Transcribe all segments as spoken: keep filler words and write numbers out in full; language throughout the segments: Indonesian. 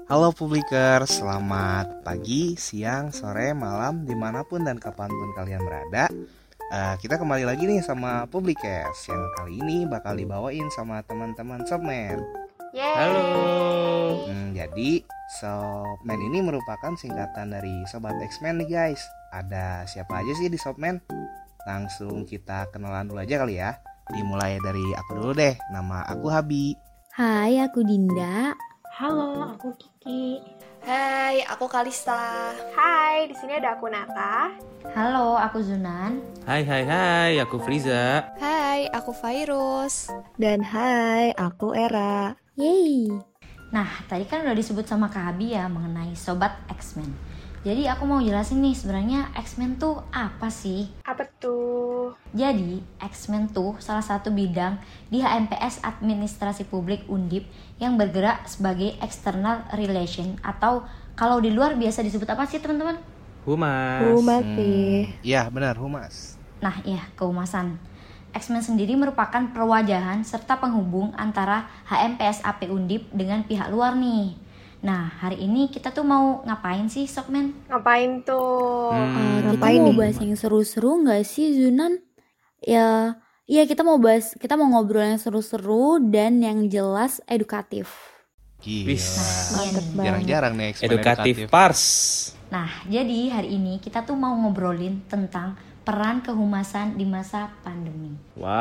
Halo Publiker, selamat pagi, siang, sore, malam, dimanapun dan kapanpun kalian berada. Uh, kita kembali lagi nih sama Publikers yang kali ini bakal dibawain sama teman-teman Sobman. Yeay. Halo. Hmm, jadi Sobman ini merupakan singkatan dari Sobat X-Men nih guys. Ada siapa aja sih di Sobman? Langsung kita kenalan dulu aja kali ya. Dimulai dari aku dulu deh. Nama aku Habi. Hai, aku Dinda. Halo, aku Kiki. Hai, aku Kalista. Hai, di sini ada aku Nata. Halo, aku Zunan. Hai hai hai, aku Friza. Hai, aku Virus. Dan hai, aku Era. Yeay. Nah, tadi kan udah disebut sama Kak Habi ya mengenai Sobat X-Men. Jadi aku mau jelasin nih sebenarnya X-Men tuh apa sih? Apa tuh? Jadi X-Men tuh salah satu bidang di H M P S Administrasi Publik Undip yang bergerak sebagai External Relation atau kalau di luar biasa disebut apa sih teman-teman? Humas. Humas sih. Iya hmm, benar, humas. Nah iya, kehumasan. X-Men sendiri merupakan perwajahan serta penghubung antara H M P S A P Undip dengan pihak luar nih. Nah, hari ini kita tuh mau ngapain sih, Sobman? Ngapain tuh? Hmm, uh, ngapain kita mau nih? bahas yang seru-seru nggak sih, Zunan? Ya, iya kita mau bahas, kita mau ngobrol yang seru-seru dan yang jelas edukatif. Gila, Mantep jarang-jarang nih X-Men Edukatif edukatif. Pars. Nah, jadi hari ini kita tuh mau ngobrolin tentang peran kehumasan di masa pandemi.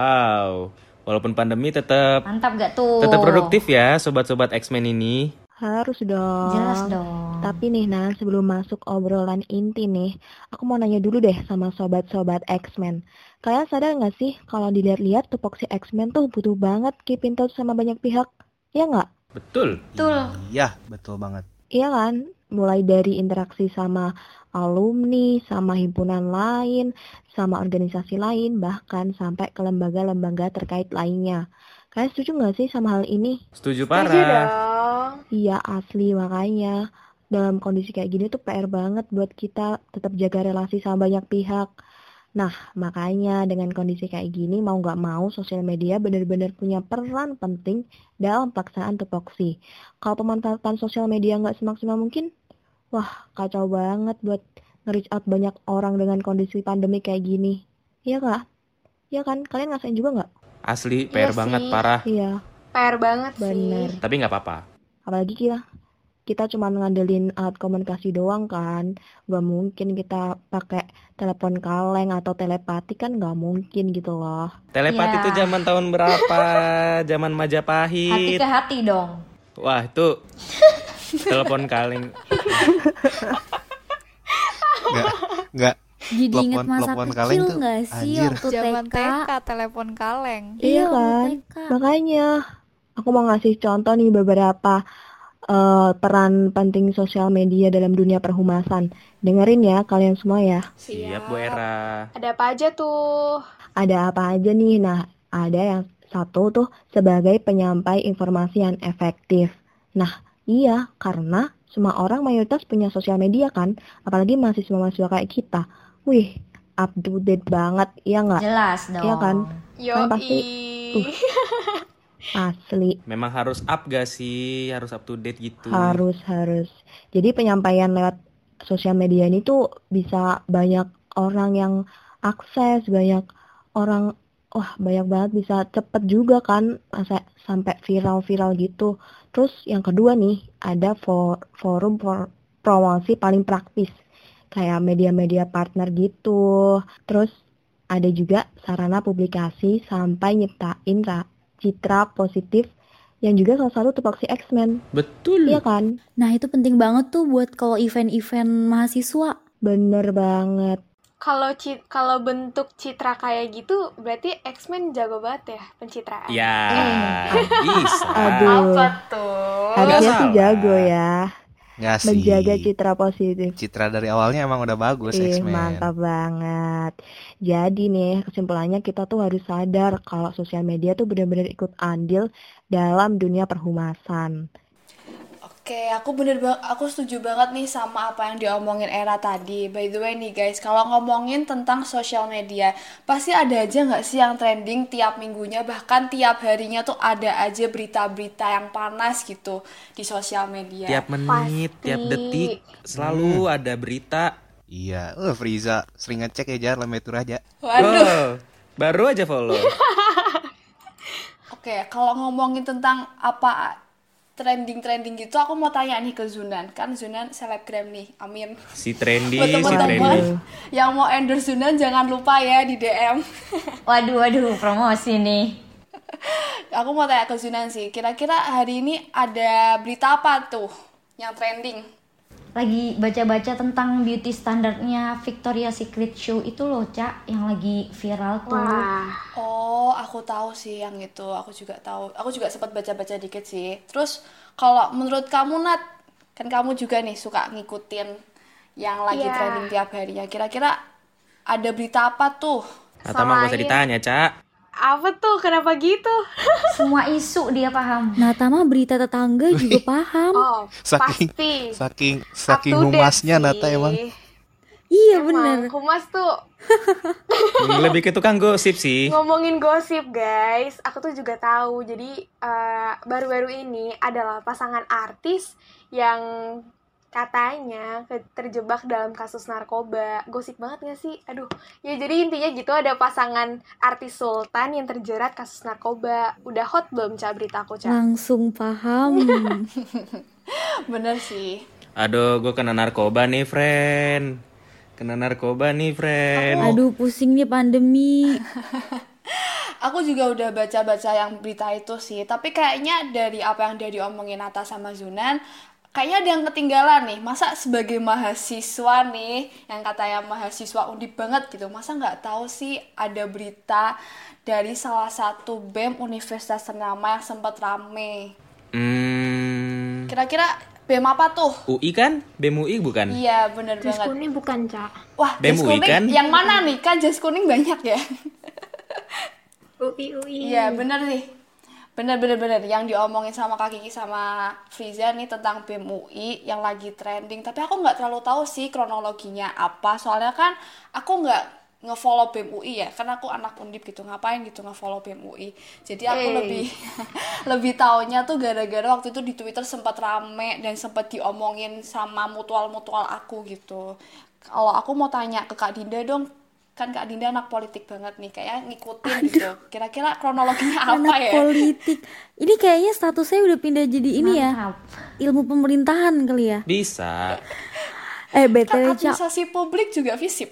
Wow, walaupun pandemi tetap Mantap gak tuh? tetap produktif ya, sobat-sobat X-Men ini. Harus dong. Jelas dong. Tapi nih Nan, sebelum masuk obrolan inti nih, aku mau nanya dulu deh sama sobat-sobat X-Men. Kalian sadar gak sih kalau dilihat-lihat tupoksi X-Men tuh butuh banget keep in touch sama banyak pihak? Iya gak? Betul. Betul. Iya, betul banget. Iya kan? Mulai dari interaksi sama alumni, sama himpunan lain, sama organisasi lain, bahkan sampai ke lembaga-lembaga terkait lainnya. Kalian setuju gak sih sama hal ini? Setuju Setuju parah. dong. Iya asli, makanya dalam kondisi kayak gini tuh P R banget buat kita tetap jaga relasi sama banyak pihak. Nah makanya dengan kondisi kayak gini mau gak mau sosial media benar-benar punya peran penting dalam pelaksanaan tupoksi. Kalau pemanfaatan sosial media gak semaksimal mungkin, wah kacau banget buat nge-reach out banyak orang dengan kondisi pandemi kayak gini. Iya gak? Iya kan? Kalian ngerasain juga gak? Asli P R Iya banget sih. parah. Iya P R banget bener. sih. Tapi nggak apa-apa. Apalagi kita kita cuma ngandelin alat komunikasi doang kan, gak mungkin kita pakai telepon kaleng atau telepati kan gak mungkin gitu loh. Telepati Iya. itu zaman tahun berapa? Zaman Hati Majapahit. ke hati dong. Wah itu telepon kaleng. Enggak, enggak. Jadi Telepon- ingat masa telepon kaleng kecil tuh, nggak sih anjir. waktu Zaman T K? T K, telepon kaleng. Iya waktu kan? T K. Makanya aku mau ngasih contoh nih beberapa eh, peran penting sosial media dalam dunia perhumasan. Dengerin ya kalian semua ya. Siap Bu Era. Ada apa aja tuh? Ada apa aja nih? Nah, ada yang satu tuh sebagai penyampai informasi yang efektif. Nah, iya, karena semua orang mayoritas punya sosial media kan, apalagi mahasiswa-mahasiswa kayak kita. Wih, up to date banget, iya nggak? Jelas dong. Iya kan? Yoi. pasti, uh. Asli, Memang harus up gak sih? Harus up to date gitu. harus, harus. Jadi penyampaian lewat sosial media ini tuh bisa banyak orang yang akses, banyak orang, wah banyak banget bisa cepet juga kan, masa sampai viral-viral gitu. Terus yang kedua nih, ada for, forum for promosi paling praktis, kayak media-media partner gitu. Terus ada juga sarana publikasi sampai nyiptain ra- citra positif yang juga salah satu tupoksi X-Men. Betul. Iya kan? Nah itu penting banget tuh buat kalau event-event mahasiswa. Bener banget. Kalau ci- kalau bentuk citra kayak gitu, berarti X-Men jago banget ya pencitraan. Ya, Eh. bisa. Aduh. Apa tuh? Harusnya Nggak sih salah. jago ya, Enggak sih. menjaga citra positif. Citra dari awalnya emang udah bagus Ih, X-Men. mantap banget. Jadi nih, kesimpulannya kita tuh harus sadar kalau sosial media tuh benar-benar ikut andil dalam dunia perhumasan. Oke, aku bener banget, aku setuju banget nih sama apa yang diomongin Era tadi. By the way nih guys, kalau ngomongin tentang sosial media, pasti ada aja nggak sih yang trending tiap minggunya, bahkan tiap harinya tuh ada aja berita-berita yang panas gitu di sosial media. Tiap menit, Pasti. tiap detik selalu ada berita. Iya, eh Friza sering ngecek ya Jar Lembetur aja. Waduh. Wow, baru aja follow. Oke, kalau ngomongin tentang apa trending-trending gitu, aku mau tanya nih ke Zunan. Kan Zunan selebgram nih, amin. Si trendy, Buat si trendy. teman-teman yang mau endorse Zunan jangan lupa ya di D M. Waduh, waduh, promosi nih. Aku mau tanya ke Zunan sih, kira-kira hari ini ada berita apa tuh yang trending? Lagi baca-baca tentang beauty standarnya Victoria's Secret Show itu loh, Cak, yang lagi viral tuh. Wah, Oh, aku tahu sih yang itu. Aku juga tahu. Aku juga sempat baca-baca dikit sih. Terus kalau menurut kamu Nat, kan kamu juga nih suka ngikutin yang lagi Iya. trending tiap harinya. Kira-kira ada berita apa tuh? Atau mah gak usah Selain- ditanya, Cak. apa tuh? Kenapa gitu? Semua isu dia paham. Nata mah berita tetangga juga paham. Oh, Saking pasti. saking Up saking to date humasnya sih. Nata emang. Iya Emang, bener. Humas tuh Lebih ke tukang gosip sih. ngomongin gosip guys, aku tuh juga tahu. Jadi eh, baru-baru ini adalah pasangan artis yang katanya ke- terjebak dalam kasus narkoba. Gosip banget gak sih? Aduh, ya jadi intinya gitu, ada pasangan artis Sultan yang terjerat kasus narkoba. Udah hot belum Ca berita aku Ca? Langsung paham. Bener sih. Aduh, gue kena narkoba nih, friend. Kena narkoba nih, friend. Aduh pusing nih pandemi. Aku juga udah baca-baca yang berita itu sih. Tapi kayaknya dari apa yang dia diomongin Nata sama Zunan, kayaknya ada yang ketinggalan nih. Masa sebagai mahasiswa nih, yang katanya mahasiswa undip banget gitu, masa nggak tahu sih ada berita dari salah satu B E M universitas ternama yang sempat rame. Hmm, Kira-kira B E M apa tuh? U I kan? B E M U I bukan? Iya, bener Jas banget. kuning bukan Ca? Wah, B E M jas U I kuning kan? yang mana nih? Kan jas kuning banyak ya? U I U I. Iya, bener nih. Bener, bener, bener. Yang diomongin sama Kak Kiki sama Friza nih tentang B E M U I yang lagi trending. Tapi aku nggak terlalu tahu sih kronologinya apa. Soalnya kan aku nggak nge-follow B E M U I ya. Karena aku anak undip gitu. Ngapain gitu nge-follow B E M U I. Jadi aku Eh. lebih lebih taunya tuh gara-gara waktu itu di Twitter sempat rame dan sempat diomongin sama mutual-mutual aku gitu. Kalau aku mau tanya ke Kak Dinda dong, kan Kak Dinda anak politik banget nih, kayak ngikutin gitu. Kira-kira kronologinya apa Anak ya? politik. Ini kayaknya statusnya udah pindah jadi ini ya. Mantap. Ilmu pemerintahan kali ya. Bisa. Eh Kan B T W Cak, administrasi publik juga visip.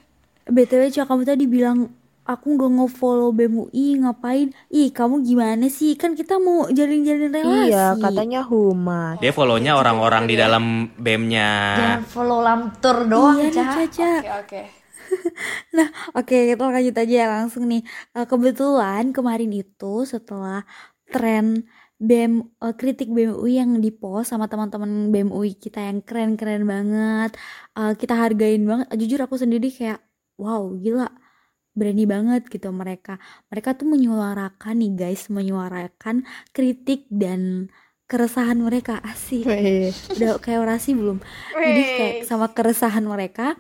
B T W Cak, kamu tadi bilang aku nggak nge-follow B E M U I, ngapain? Ih, kamu gimana sih? Kan kita mau jalin-jalin relasi. Iya, katanya humas. Dia follow-nya orang-orang di dalam B E M-nya. Jangan follow lamtur doang, Iya nih Cak. Caca. Oke, oke. Nah, oke, kita lanjut aja ya langsung nih. Eh, kebetulan kemarin itu setelah tren B E M, eh, kritik B E M U I yang dipost sama teman-teman B E M U I kita yang keren-keren banget, eh, kita hargain banget. Jujur aku sendiri kayak, wow, gila, berani banget gitu mereka. Mereka tuh menyuarakan nih guys, menyuarakan kritik dan keresahan mereka. Asik. Weh. Udah kayak orasi belum? Jadi kayak Wih. sama keresahan mereka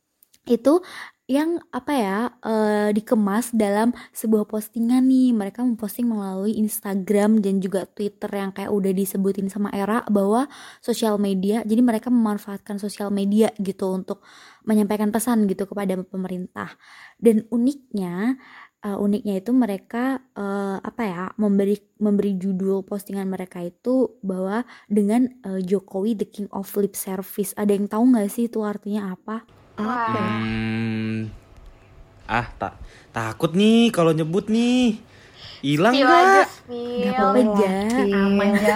itu yang apa ya, eh, dikemas dalam sebuah postingan nih. Mereka memposting melalui Instagram dan juga Twitter yang kayak udah disebutin sama Era bahwa sosial media, jadi mereka memanfaatkan sosial media gitu untuk menyampaikan pesan gitu kepada pemerintah. Dan uniknya eh, uniknya itu mereka eh, apa ya, memberi memberi judul postingan mereka itu bahwa dengan eh, Jokowi the King of Lip Service. Ada yang tahu nggak sih itu artinya apa? Apa? ya? Hmm, ah, tak takut nih kalau nyebut nih. Hilang Spill aja, nggak? spill. Gak apa-apa Ja, Aman, Ja.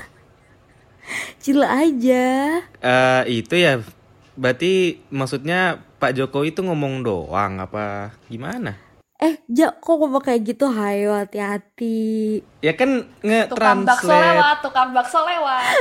chill aja. Eh, itu ya. Berarti maksudnya Pak Jokowi itu ngomong doang apa gimana? Eh Ja, kok ngomong kayak gitu? Hayo hati-hati. Ya kan Tukang bakso nge-translate. lewat, tukang bakso lewat.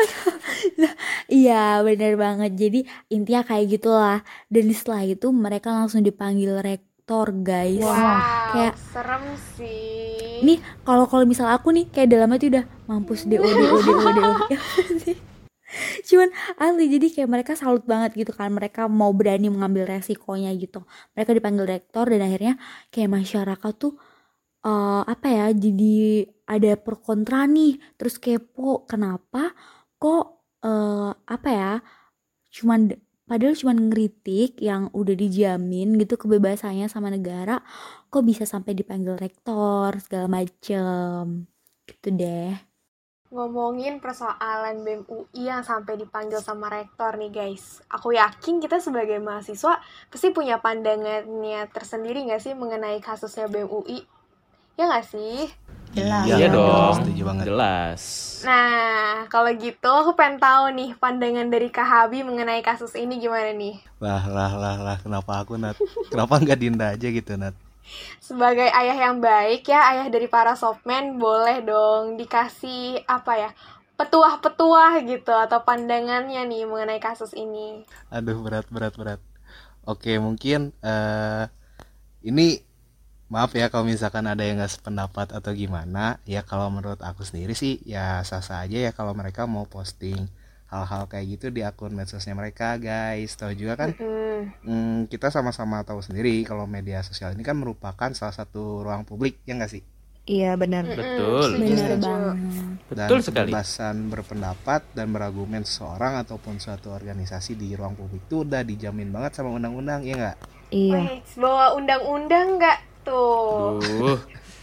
Iya bener banget. Jadi intinya kayak gitulah. Dan setelah itu mereka langsung dipanggil rektor guys. Wow, Kayak serem sih. nih kalau kalau misal aku nih kayak dalam hati udah mampus D O D O D O D O. Cuman asli jadi kayak mereka salut banget gitu kan, mereka mau berani mengambil resikonya gitu. Mereka dipanggil rektor dan akhirnya kayak masyarakat tuh uh, apa ya, jadi ada pro kontra nih, terus kepo kenapa kok uh, apa ya, cuman padahal cuman ngeritik yang udah dijamin gitu kebebasannya sama negara, kok bisa sampai dipanggil rektor segala macem gitu deh. Ngomongin persoalan B E M U I yang sampai dipanggil sama rektor nih guys, aku yakin kita sebagai mahasiswa pasti punya pandangannya tersendiri gak sih mengenai kasusnya B E M U I? Ya gak sih? Jelas. Iya dong, setuju banget. jelas. Nah, kalau gitu aku pengen tahu nih pandangan dari Kak Habi mengenai kasus ini gimana nih? Lah lah lah lah, kenapa aku Nat? Kenapa nggak Dinda aja gitu Nat? Sebagai ayah yang baik ya, ayah dari para softman, boleh dong dikasih apa ya, petuah-petuah gitu atau pandangannya nih mengenai kasus ini. Aduh, berat berat berat. Oke, mungkin uh, ini maaf ya kalau misalkan ada yang nggak sependapat atau gimana. Ya kalau menurut aku sendiri sih ya sah-sah aja ya kalau mereka mau posting hal-hal kayak gitu di akun medsosnya mereka, guys. Tahu juga kan, Mm-mm. hmm, kita sama-sama tahu sendiri kalau media sosial ini kan merupakan salah satu ruang publik, ya nggak sih? Iya benar. Mm-mm, Betul. setuju, Bener setuju. banget. Dan Betul sekali. kebebasan berpendapat dan berargumen seseorang ataupun suatu organisasi di ruang publik itu udah dijamin banget sama undang-undang, ya nggak? Iya. Wih, bawa undang-undang nggak tuh? Duh,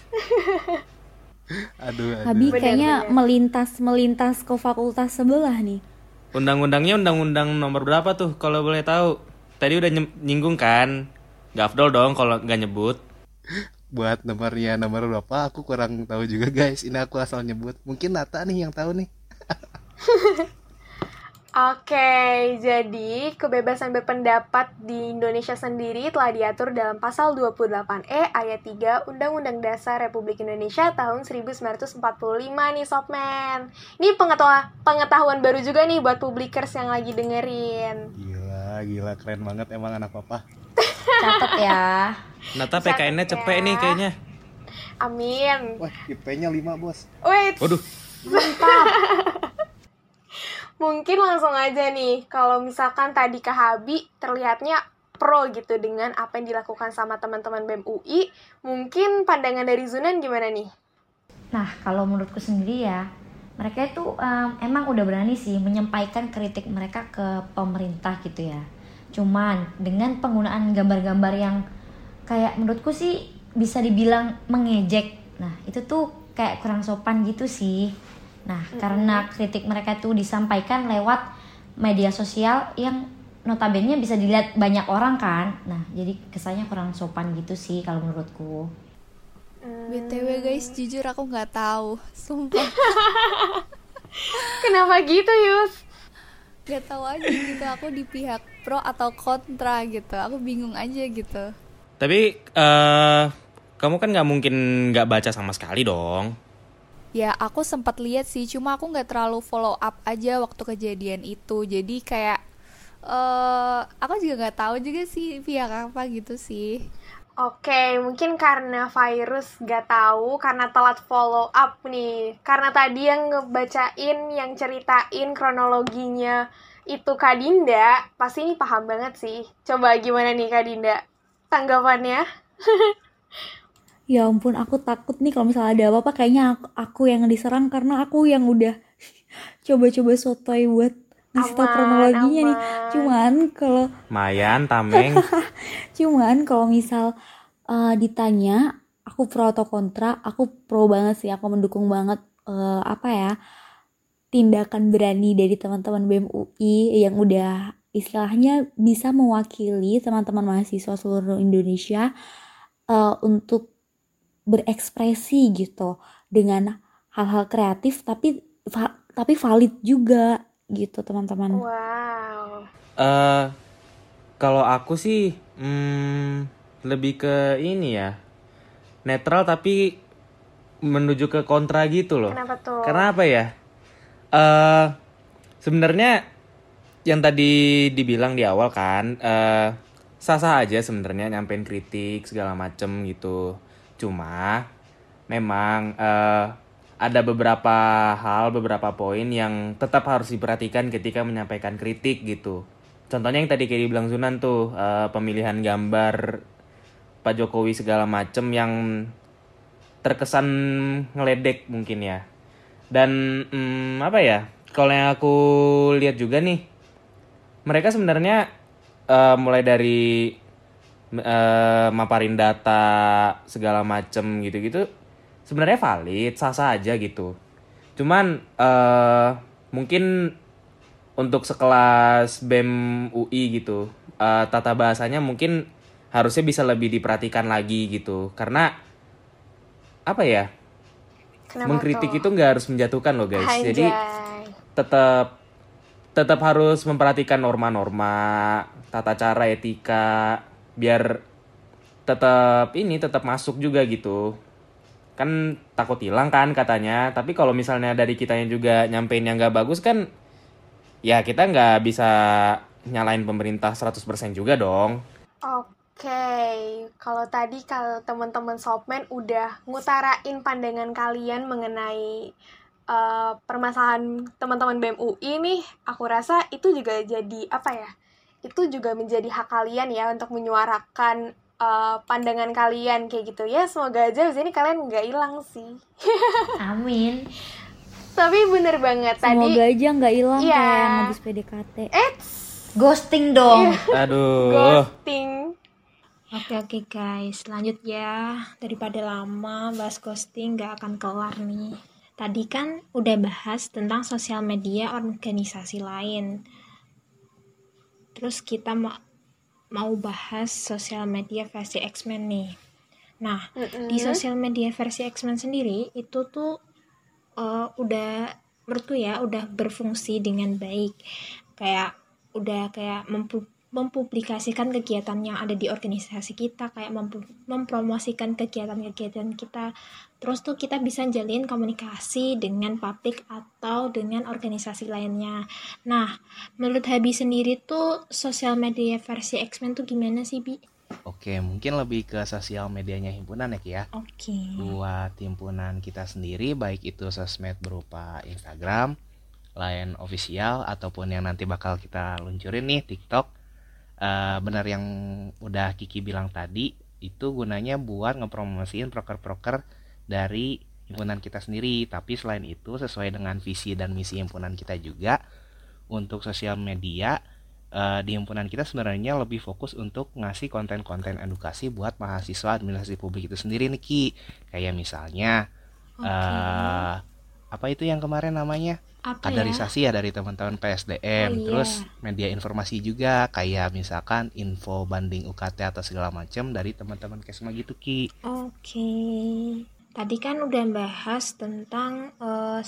Aduh, aduh. Habi Bener, kayaknya bener. melintas melintas ke fakultas sebelah nih. undang-undangnya undang-undang nomor berapa tuh kalau boleh tahu? Tadi udah nyem- nyinggung kan? Gak afdol dong kalau nggak nyebut. Buat nomornya nomor berapa aku kurang tahu juga, guys. Ini aku asal nyebut. Mungkin Nata nih yang tahu nih. Oke, jadi kebebasan berpendapat di Indonesia sendiri telah diatur dalam pasal dua puluh delapan E ayat tiga Undang-Undang Dasar Republik Indonesia tahun seribu sembilan ratus empat puluh lima nih Softman. Ini pengetahuan, pengetahuan baru juga nih buat publikers yang lagi dengerin. Gila, gila keren banget emang anak papa. Catat ya. Nata P K N-nya Catat cepet ya. nih kayaknya. Amin. Wah, I P-nya lima, Bos. Wait, Waduh, mungkin langsung aja nih, kalau misalkan tadi Kak Habi terlihatnya pro gitu dengan apa yang dilakukan sama teman-teman B E M U I, mungkin pandangan dari Zunan gimana nih? Nah, kalau menurutku sendiri ya, mereka itu em, emang udah berani sih menyampaikan kritik mereka ke pemerintah gitu ya. Cuman dengan penggunaan gambar-gambar yang kayak menurutku sih bisa dibilang mengejek. Nah, itu tuh kayak kurang sopan gitu sih. Nah, karena kritik mereka tuh disampaikan lewat media sosial yang notabene bisa dilihat banyak orang kan. Nah, jadi kesannya kurang sopan gitu sih kalau menurutku. B T W guys, jujur aku nggak tahu, sumpah Kenapa gitu, Yus? nggak tahu aja gitu. Aku di pihak pro atau kontra gitu. Aku bingung aja gitu. tapi eh kamu kan nggak mungkin nggak baca sama sekali dong. Ya aku sempat lihat sih, cuma aku nggak terlalu follow up aja waktu kejadian itu. Jadi kayak eh aku juga nggak tahu juga sih pihak apa gitu sih. Oke, mungkin karena virus gak tahu, karena telat follow up nih. Karena tadi yang ngebacain, yang ceritain kronologinya itu Kak Dinda, pasti ini paham banget sih. Coba gimana nih Kak Dinda? Tanggapannya? Ya ampun, aku takut nih kalau misalnya ada apa-apa kayaknya aku, aku yang diserang karena aku yang udah coba-coba sotoy buat ngasih tau Aman, kronologinya nih. aman. Cuman kalau Mayan, tameng. cuman kalau misal uh, ditanya aku pro atau kontra, aku pro banget sih, aku mendukung banget uh, apa ya, tindakan berani dari teman-teman B E M U I yang udah istilahnya bisa mewakili teman-teman mahasiswa seluruh Indonesia uh, untuk berekspresi gitu dengan hal-hal kreatif tapi va- tapi valid juga gitu teman-teman. Wow. Eh kalau aku sih hmm, lebih ke ini ya, netral tapi menuju ke kontra gitu loh. Kenapa tuh? Karena apa ya? Eh sebenarnya yang tadi dibilang di awal kan, eh sah-sah aja sebenarnya nyampein kritik segala macem gitu. Cuma memang eh ada beberapa hal, beberapa poin yang tetap harus diperhatikan ketika menyampaikan kritik gitu. Contohnya yang tadi kayak dibilang Zunan tuh, uh, pemilihan gambar Pak Jokowi segala macem yang terkesan ngeledek mungkin ya. Dan hmm, apa ya, kalau yang aku lihat juga nih, mereka sebenarnya uh, mulai dari uh, maparin data segala macem gitu-gitu, sebenarnya valid, sah-sah aja gitu. Cuman uh, mungkin untuk sekelas B E M U I gitu, uh, tata bahasanya mungkin harusnya bisa lebih diperhatikan lagi gitu. Karena apa ya? Kenapa Mengkritik tuh? itu nggak harus menjatuhkan loh guys. Anjay. Jadi tetap tetap harus memperhatikan norma-norma, tata cara, etika, biar tetap ini tetap masuk juga gitu. Kan takut hilang kan katanya. Tapi kalau misalnya dari kitanya juga nyampein yang nggak bagus kan, ya kita nggak bisa nyalain pemerintah seratus persen juga dong. Oke, kalau tadi kalau teman-teman Softman udah ngutarain pandangan kalian mengenai uh, permasalahan teman-teman B E M U I nih, aku rasa itu juga jadi apa ya? Itu juga menjadi hak kalian ya untuk menyuarakan uh, pandangan kalian kayak gitu ya. Semoga aja di sini kalian nggak hilang sih. Amin. Tapi bener banget tadi. Semoga aja nggak hilang Iya. kayak yang habis P D K T. Eits, Ghosting dong. Aduh. ghosting. Oke oke guys, lanjut ya. Daripada lama bahas ghosting gak akan kelar nih. Tadi kan udah bahas tentang sosial media organisasi lain. Terus kita ma- mau bahas sosial media versi X-Men nih. Nah, Mm-mm. di sosial media versi X-Men sendiri itu tuh uh, udah menurutku ya udah berfungsi dengan baik. Kayak udah kayak mempu- mempublikasikan kegiatan yang ada di organisasi kita, kayak mem- mempromosikan kegiatan-kegiatan kita. Terus tuh kita bisa jalin komunikasi dengan publik atau dengan organisasi lainnya. Nah, menurut Habi sendiri tuh sosial media versi X-Men tuh gimana sih, Bi? Oke, mungkin lebih ke sosial medianya himpunan ya Ki ya. Oke. Buat himpunan kita sendiri, baik itu sosmed berupa Instagram, Line official, ataupun yang nanti bakal kita luncurin nih TikTok. Uh, benar yang udah Kiki bilang tadi, itu gunanya buat ngepromosiin proker-proker dari himpunan kita sendiri. Tapi selain itu sesuai dengan visi dan misi himpunan kita juga, untuk sosial media uh, di himpunan kita sebenarnya lebih fokus untuk ngasih konten-konten edukasi buat mahasiswa administrasi publik itu sendiri nih Ki. Kayak misalnya Oke. uh, apa itu yang kemarin namanya? Apa ya? Kaderisasi ya dari teman-teman P S D M. Oh, iya. Terus media informasi juga kayak misalkan info banding U K T atau segala macam dari teman-teman Kesma gitu Ki. Oke. Tadi kan udah bahas tentang uh,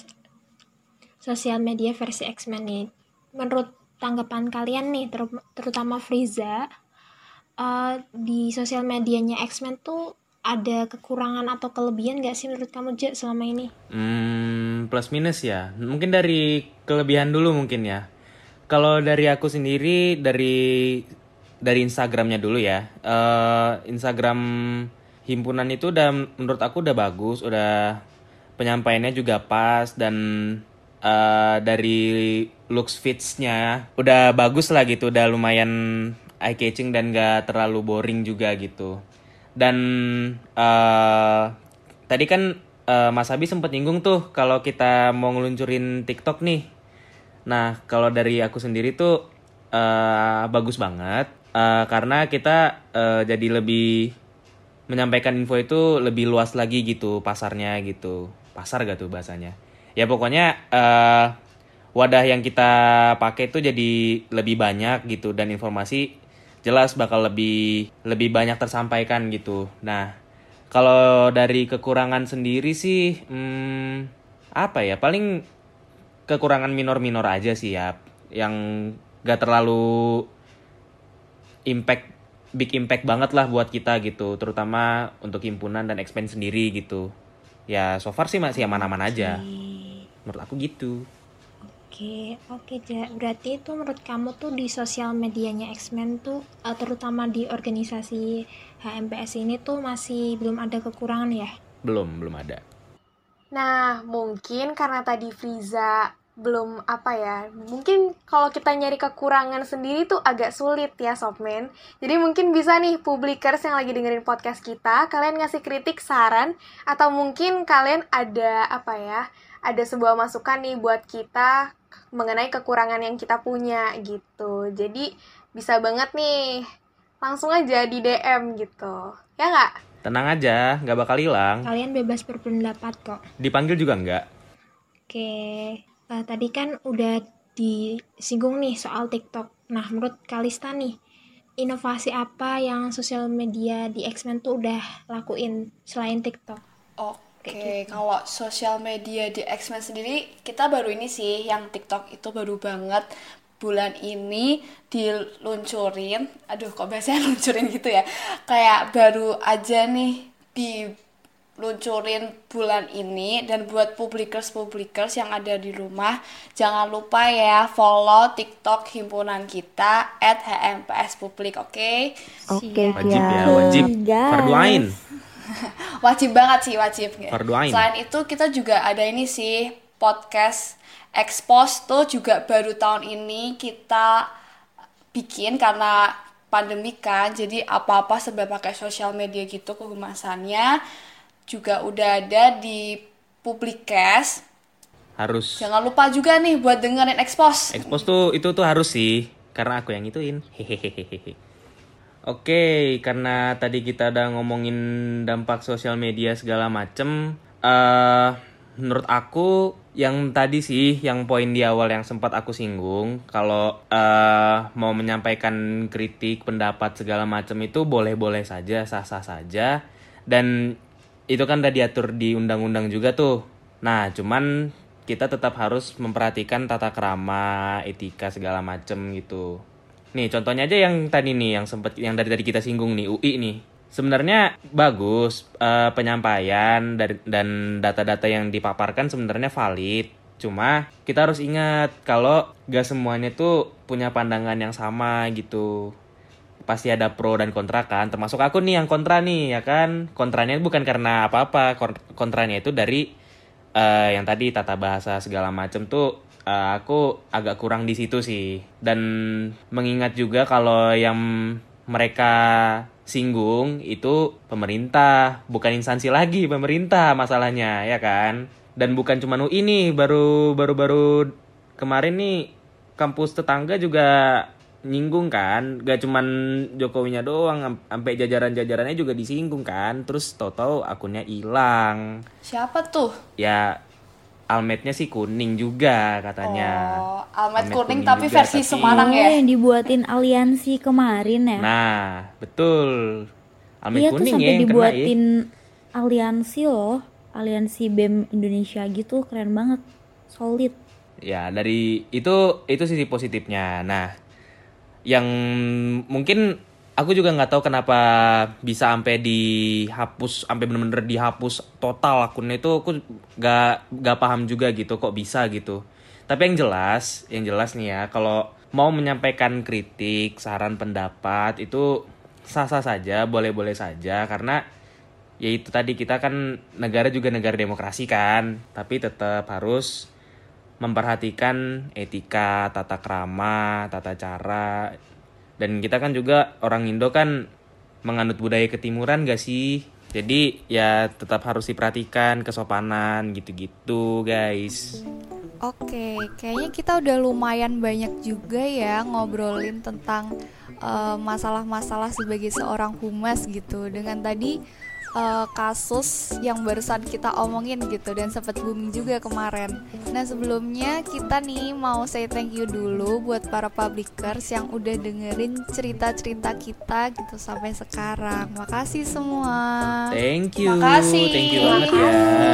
sosial media versi X-Men nih. Menurut tanggapan kalian nih, ter- terutama Friza, uh, di sosial medianya X-Men tuh ada kekurangan atau kelebihan gak sih menurut kamu, Je, selama ini? Hmm, plus minus ya. Mungkin dari kelebihan dulu mungkin ya. Kalau dari aku sendiri, dari dari Instagramnya dulu ya. Uh, Instagram himpunan itu udah menurut aku udah bagus, udah penyampaiannya juga pas, dan uh, dari looks feeds-nya udah bagus lah gitu, udah lumayan eye catching dan gak terlalu boring juga gitu. Dan uh, tadi kan uh, Mas Abi sempat nyinggung tuh kalau kita mau ngeluncurin TikTok nih. Nah, kalau dari aku sendiri tuh uh, bagus banget uh, karena kita uh, jadi lebih menyampaikan info itu lebih luas lagi gitu pasarnya gitu. Pasar gak tuh bahasanya? Ya pokoknya uh, wadah yang kita pakai tuh jadi lebih banyak gitu, dan informasi jelas bakal lebih lebih banyak tersampaikan gitu. Nah, kalau dari kekurangan sendiri sih, hmm, apa ya? Paling kekurangan minor-minor aja sih ya, yang gak terlalu impact, big impact banget lah buat kita gitu, terutama untuk himpunan dan X-Men sendiri gitu. Ya, so far sih masih aman-aman aja. Menurut aku gitu. Oke, oke, Ja. Berarti itu menurut kamu tuh di sosial medianya X-Men tuh, uh, terutama di organisasi H M P S ini tuh masih belum ada kekurangan ya? Belum, belum ada. Nah, mungkin karena tadi Friza belum apa ya, mungkin kalau kita nyari kekurangan sendiri tuh agak sulit ya Sobmen. Jadi mungkin bisa nih publikers yang lagi dengerin podcast kita, kalian ngasih kritik, saran, atau mungkin kalian ada apa ya, ada sebuah masukan nih buat kita mengenai kekurangan yang kita punya gitu. Jadi bisa banget nih, langsung aja di D M gitu, ya nggak? Tenang aja, nggak bakal hilang. Kalian bebas berpendapat kok. Dipanggil juga nggak? Oke, uh, tadi kan udah disinggung nih soal TikTok. Nah, menurut Kalista nih, inovasi apa yang sosial media di X-Men tuh udah lakuin selain TikTok? Oke, Kayak gitu. kalau sosial media di X-Men sendiri, kita baru ini sih, yang TikTok itu baru banget bulan ini diluncurin. Aduh, kok biasanya luncurin gitu ya? Kayak baru aja nih diluncurin bulan ini. Dan buat publikers-publikers yang ada di rumah, jangan lupa ya follow TikTok himpunan kita at H M P S Publik, oke? Oke, Wajib ya, siap. wajib. Guys. Fardu ain. Wajib banget sih, wajib. Fardu ain. Selain itu kita juga ada ini sih, podcast Expose tuh juga baru tahun ini kita bikin karena pandemi kan. Jadi apa-apa sebab pakai sosial media gitu kehumasannya juga udah ada di Publikes. Harus. Jangan lupa juga nih buat dengerin Expose. Expose tuh itu tuh harus sih, karena aku yang ituin. Hehehehe. Oke, karena tadi kita udah ngomongin dampak sosial media segala macem, eh menurut aku yang tadi sih, yang poin di awal yang sempat aku singgung, kalau eh mau menyampaikan kritik, pendapat segala macem itu boleh-boleh saja, sah-sah saja, dan itu kan udah diatur di undang-undang juga tuh. Nah, cuman kita tetap harus memperhatikan tata krama, etika segala macem gitu. Nih, contohnya aja yang tadi nih, yang sempet yang dari tadi kita singgung nih, U I nih. Sebenarnya bagus eh, penyampaian dari, dan data-data yang dipaparkan sebenarnya valid. Cuma kita harus ingat kalau gak semuanya tuh punya pandangan yang sama gitu. Pasti ada pro dan kontra kan. Termasuk aku nih yang kontra nih ya kan. Kontranya bukan karena apa-apa. Kontranya itu dari uh, yang tadi tata bahasa segala macem tuh uh, aku agak kurang di situ sih. Dan mengingat juga kalau yang mereka singgung itu pemerintah, bukan instansi lagi, pemerintah masalahnya ya kan. Dan bukan cuma U I nih, baru baru baru kemarin nih kampus tetangga juga nyinggung kan, gak cuman Jokowinya doang, sampai jajaran-jajarannya juga disinggung kan. Terus tau-tau akunnya hilang. Siapa tuh? Ya almetnya sih kuning juga katanya. Oh, almet Almet kuning, kuning tapi juga, versi tapi- Semarang Oh, ya. yang dibuatin aliansi kemarin ya. Nah, betul. Almet Iya tuh kuning sampai ya yang kena ya. dibuatin aliansi loh, aliansi B E M Indonesia gitu, keren banget, solid. Ya, dari itu itu sisi positifnya. Nah, yang mungkin aku juga nggak tahu kenapa bisa sampai dihapus, sampai bener-bener dihapus total akunnya itu, aku nggak nggak paham juga gitu, kok bisa gitu. Tapi yang jelas, yang jelas nih ya, kalau mau menyampaikan kritik, saran, pendapat itu sah-sah saja, boleh-boleh saja, karena ya itu tadi, kita kan negara juga negara demokrasi kan, tapi tetap harus memperhatikan etika, tata krama, tata cara. Dan kita kan juga orang Indo kan menganut budaya ketimuran gak sih? Jadi ya tetap harus diperhatikan kesopanan gitu-gitu guys. Oke, kayaknya kita udah lumayan banyak juga ya ngobrolin tentang eh, masalah-masalah sebagai seorang humas gitu. Dengan tadi eh, kasus yang barusan kita omongin gitu, dan sempat booming juga kemarin. Nah, sebelumnya kita nih mau say thank you dulu buat para publikers yang udah dengerin cerita-cerita kita gitu sampai sekarang. Makasih semua. Thank you. Makasih. Thank you banget ya.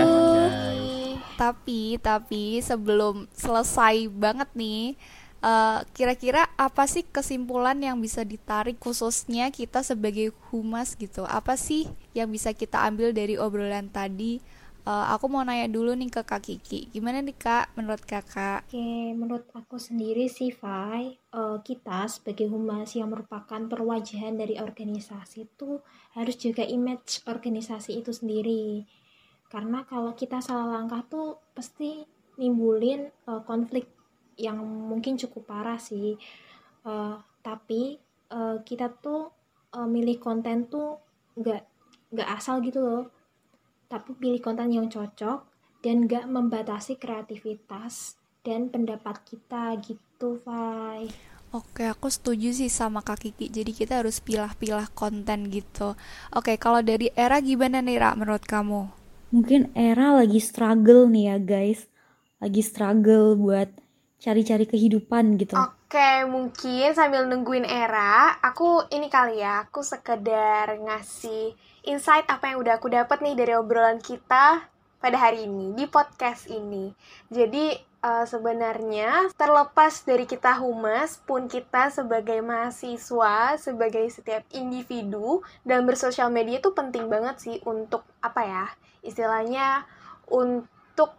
Tapi, tapi sebelum selesai banget nih, eh, kira-kira apa sih kesimpulan yang bisa ditarik khususnya kita sebagai humas gitu? Apa sih yang bisa kita ambil dari obrolan tadi? Eh, aku mau nanya dulu nih ke Kak Kiki. Gimana nih Kak, menurut Kakak? Oke, menurut aku sendiri sih, Fai, eh, kita sebagai humas yang merupakan perwajahan dari organisasi itu harus jaga image organisasi itu sendiri. Karena kalau kita salah langkah tuh pasti nimbulin uh, konflik yang mungkin cukup parah sih. Uh, tapi uh, kita tuh uh, milih konten tuh nggak nggak asal gitu loh. Tapi pilih konten yang cocok dan nggak membatasi kreativitas dan pendapat kita gitu, Fai. Oke, aku setuju sih sama Kak Kiki. Jadi kita harus pilah-pilah konten gitu. Oke, kalau dari Era gimana nih, Ra, menurut kamu? Mungkin Era lagi struggle nih ya guys, lagi struggle buat cari-cari kehidupan gitu. Oke, mungkin sambil nungguin Era, aku ini kali ya, aku sekedar ngasih insight apa yang udah aku dapat nih dari obrolan kita pada hari ini di podcast ini. Jadi Uh, sebenarnya terlepas dari kita humas pun, kita sebagai mahasiswa, sebagai setiap individu dalam bersosial media itu penting banget sih untuk apa ya, istilahnya untuk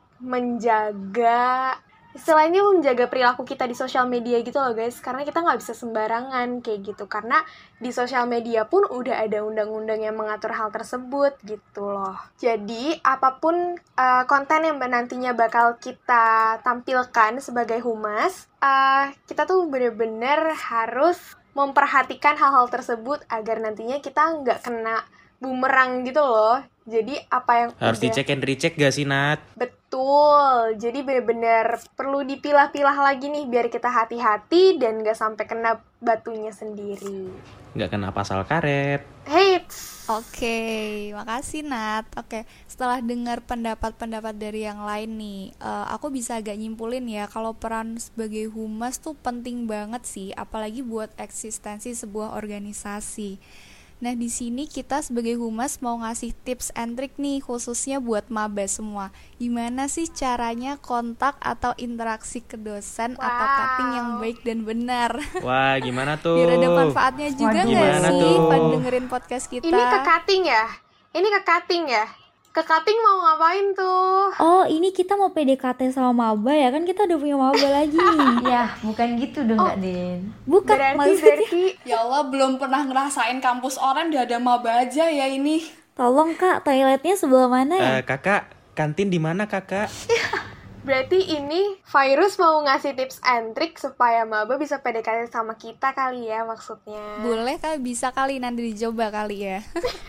menjaga istilahnya menjaga perilaku kita di sosial media gitu loh guys, karena kita nggak bisa sembarangan kayak gitu, karena di sosial media pun udah ada undang-undang yang mengatur hal tersebut gitu loh. Jadi apapun uh, konten yang nantinya bakal kita tampilkan sebagai humas, uh, kita tuh bener-bener harus memperhatikan hal-hal tersebut agar nantinya kita nggak kena bumerang gitu loh. Jadi apa yang harus udah... dicek and recheck gak sih, Nat? Betul, jadi benar-benar perlu dipilah-pilah lagi nih biar kita hati-hati dan gak sampai kena batunya sendiri. Gak kena pasal karet. Heits. Oke, makasih Nat. Oke, setelah dengar pendapat-pendapat dari yang lain nih, uh, aku bisa agak nyimpulin ya kalau peran sebagai humas tuh penting banget sih, apalagi buat eksistensi sebuah organisasi. Nah, di sini kita sebagai humas mau ngasih tips and trick nih khususnya buat maba semua. Gimana sih caranya kontak atau interaksi ke dosen wow. atau cutting yang baik dan benar? Wah, gimana tuh? Biar ada manfaatnya juga nggak sih pada dengerin podcast kita? Ini ke cutting ya? Ini ke cutting ya? Ke cutting mau ngapain tuh? Oh, ini kita mau P D K T sama maba ya? Kan kita udah punya maba lagi nih. Ya, bukan gitu dong, Kak oh, Din. Bukan, berarti, berarti. Ya Allah, belum pernah ngerasain kampus orang udah ada maba aja ya ini. Tolong Kak, toiletnya sebelah mana ya? Uh, kakak, kantin di mana Kakak? Berarti ini virus mau ngasih tips and trick supaya maba bisa P D K T sama kita kali ya maksudnya. Boleh kali, bisa kali nanti dicoba kali ya.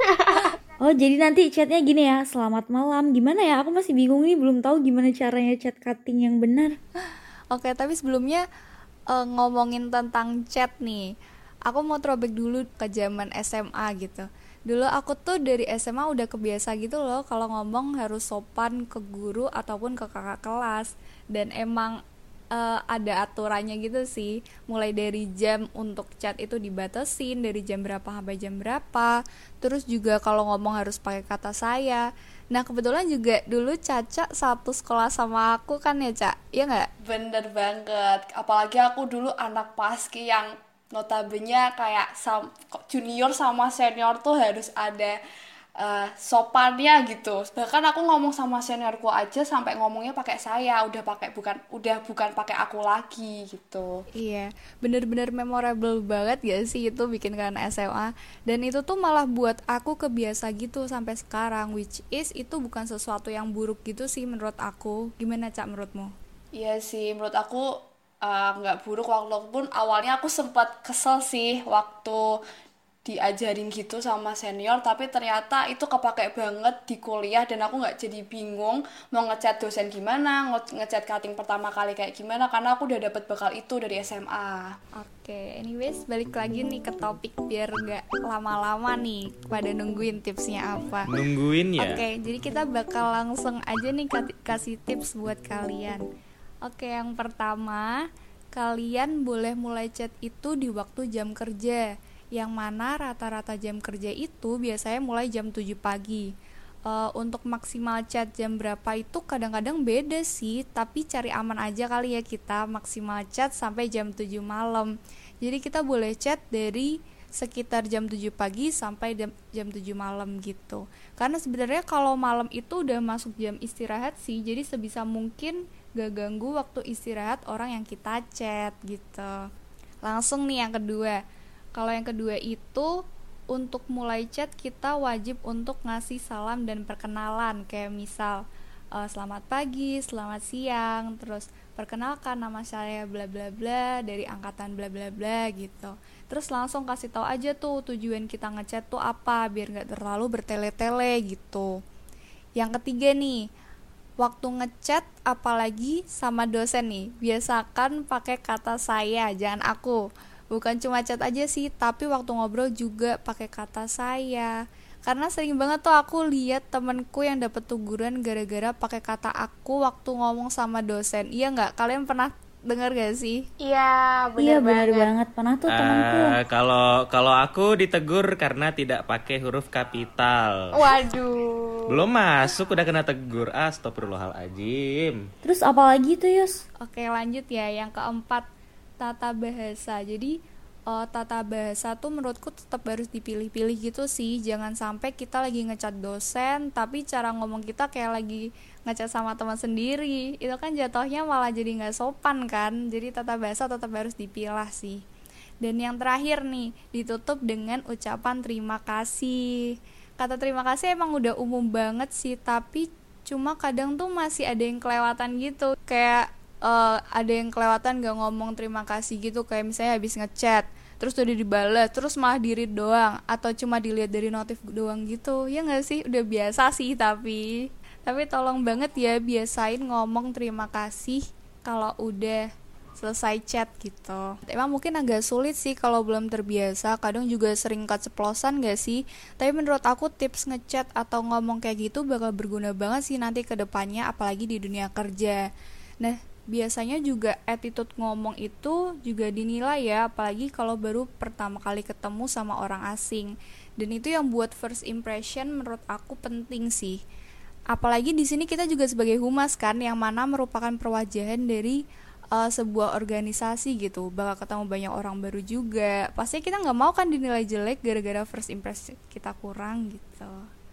Oh, jadi nanti chatnya gini ya, selamat malam. Gimana ya? Aku masih bingung nih, belum tahu gimana caranya chat cutting yang benar. Oke, tapi sebelumnya uh, ngomongin tentang chat nih, aku mau throwback dulu ke zaman S M A gitu. Dulu aku tuh dari S M A udah kebiasa gitu loh kalau ngomong harus sopan ke guru ataupun ke kakak kelas. Dan emang uh, ada aturannya gitu sih, mulai dari jam untuk chat itu dibatasin dari jam berapa sampai jam berapa. Terus juga kalau ngomong harus pakai kata saya. Nah, kebetulan juga dulu Caca satu sekolah sama aku kan ya, Cak? Iya nggak? Bener banget, apalagi aku dulu anak paski yang notabene kayak sam- junior sama senior tuh harus ada Uh, sopannya gitu. Bahkan aku ngomong sama seniorku aja sampai ngomongnya pakai saya, udah pakai bukan udah bukan pakai aku lagi gitu. Iya, bener-bener memorable banget gak sih itu bikin kan S M A. Dan itu tuh malah buat aku kebiasa gitu sampai sekarang, which is itu bukan sesuatu yang buruk gitu sih menurut aku. Gimana Cak menurutmu? Iya sih, menurut aku nggak uh, buruk, walaupun awalnya aku sempat kesel sih waktu diajarin gitu sama senior, tapi ternyata itu kepake banget di kuliah dan aku nggak jadi bingung mau ngechat dosen gimana, ngechat cutting pertama kali kayak gimana, karena aku udah dapet bekal itu dari S M A. Oke, okay, anyways balik lagi nih ke topik biar nggak lama-lama nih pada nungguin tipsnya apa. Nungguin ya? Oke, okay, jadi kita bakal langsung aja nih kasih tips buat kalian. Oke, okay, yang pertama, kalian boleh mulai chat itu di waktu jam kerja, yang mana rata-rata jam kerja itu biasanya mulai jam tujuh pagi. Uh, untuk maksimal chat jam berapa itu kadang-kadang beda sih, tapi cari aman aja kali ya kita maksimal chat sampai jam tujuh malam. Jadi kita boleh chat dari sekitar jam tujuh pagi sampai jam tujuh malam gitu. Karena sebenarnya kalau malam itu udah masuk jam istirahat sih, jadi sebisa mungkin gak ganggu waktu istirahat orang yang kita chat gitu. Langsung nih yang kedua. Kalau yang kedua itu untuk mulai chat kita wajib untuk ngasih salam dan perkenalan, kayak misal uh, selamat pagi, selamat siang, terus perkenalkan nama saya bla bla bla dari angkatan bla bla bla gitu. Terus langsung kasih tahu aja tuh tujuan kita ngechat tuh apa, biar nggak terlalu bertele-tele gitu. Yang ketiga nih, waktu ngechat apalagi sama dosen nih, biasakan pakai kata saya, jangan aku. Bukan cuma chat aja sih, tapi waktu ngobrol juga pakai kata saya. Karena sering banget tuh aku lihat temenku yang dapet teguran gara-gara pakai kata aku waktu ngomong sama dosen. Iya nggak? Kalian pernah dengar gak sih? Iya, benar Iya benar banget. banget. Pernah tuh temanku. Eh, kalau kalau aku ditegur karena tidak pakai huruf kapital. Waduh. Belum masuk udah kena tegur. Astagfirullahaladzim. Terus apa lagi tuh Yus? Oke, lanjut ya. Yang keempat, tata bahasa. Jadi uh, tata bahasa tuh menurutku tetap harus dipilih-pilih gitu sih. Jangan sampai kita lagi ngecat dosen tapi cara ngomong kita kayak lagi ngecat sama teman sendiri. Itu kan jatuhnya malah jadi nggak sopan kan. Jadi tata bahasa tetap harus dipilah sih. Dan yang terakhir nih, ditutup dengan ucapan terima kasih. Kata terima kasih emang udah umum banget sih, tapi cuma kadang tuh masih ada yang kelewatan gitu. Kayak Uh, ada yang kelewatan gak ngomong terima kasih gitu, kayak misalnya habis ngechat terus udah dibalas terus malah di-read doang atau cuma dilihat dari notif doang gitu, ya nggak sih? Udah biasa sih, tapi tapi tolong banget ya biasain ngomong terima kasih kalau udah selesai chat gitu. Emang mungkin agak sulit sih kalau belum terbiasa, kadang juga sering keceplosan gak sih? Tapi menurut aku tips ngechat atau ngomong kayak gitu bakal berguna banget sih nanti ke depannya, apalagi di dunia kerja. Nah, biasanya juga attitude ngomong itu juga dinilai ya, apalagi kalau baru pertama kali ketemu sama orang asing. Dan itu yang buat first impression menurut aku penting sih. Apalagi di sini kita juga sebagai humas kan, yang mana merupakan perwajahan dari uh, sebuah organisasi gitu. Bakal ketemu banyak orang baru juga. Pastinya kita nggak mau kan dinilai jelek gara-gara first impression kita kurang gitu.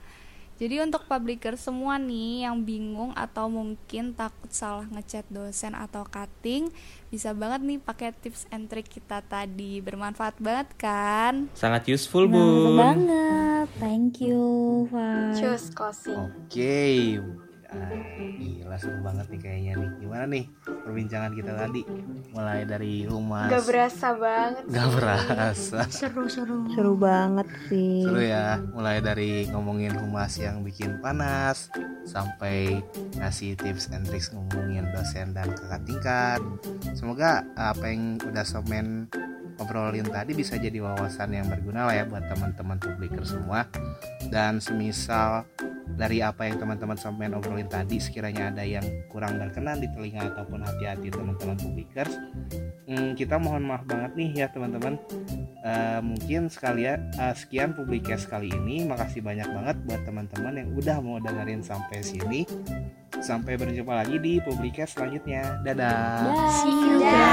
Jadi untuk publiker semua nih yang bingung atau mungkin takut salah ngechat dosen atau cutting, bisa banget nih pakai tips and trick kita tadi. Bermanfaat banget kan? Sangat useful, Nah, betul Bun. banget. Thank you, Fai. Cus closing. Oke, ah, gila seru banget nih kayaknya nih. Gimana nih perbincangan kita tadi? Mulai dari humas. Gak berasa banget. Gak berasa. Seru-seru. Seru banget sih. Seru ya. Mulai dari ngomongin humas yang bikin panas sampai ngasih tips and tricks ngomongin dosen dan kakak tingkat. Semoga apa yang udah Sobmen obrolin tadi bisa jadi wawasan yang berguna lah ya buat teman-teman publiker semua. Dan semisal dari apa yang teman-teman Sobmen obrolin tadi sekiranya ada yang kurang berkenan di telinga ataupun hati-hati teman-teman publikers, hmm, kita mohon maaf banget nih ya teman-teman. Uh, mungkin sekalian uh, sekian publikers kali ini. Makasih banyak banget buat teman-teman yang udah mau dengerin sampai sini. Sampai berjumpa lagi di publikers selanjutnya. Dadah. Bye. See you guys.